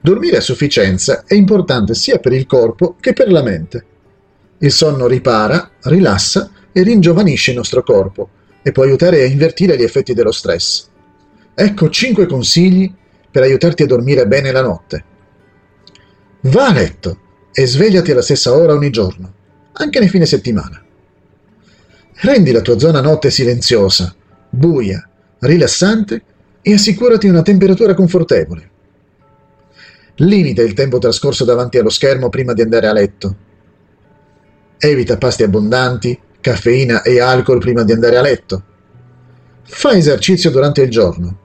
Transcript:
Dormire a sufficienza è importante sia per il corpo che per la mente. Il sonno ripara, rilassa e ringiovanisce il nostro corpo e può aiutare a invertire gli effetti dello stress. Ecco 5 consigli per aiutarti a dormire bene la notte. Va a letto e svegliati alla stessa ora ogni giorno, anche nei fine settimana. Rendi la tua zona notte silenziosa, buia, rilassante e assicurati una temperatura confortevole. Limita il tempo trascorso davanti allo schermo prima di andare a letto. Evita pasti abbondanti, caffeina e alcol prima di andare a letto. Fai esercizio durante il giorno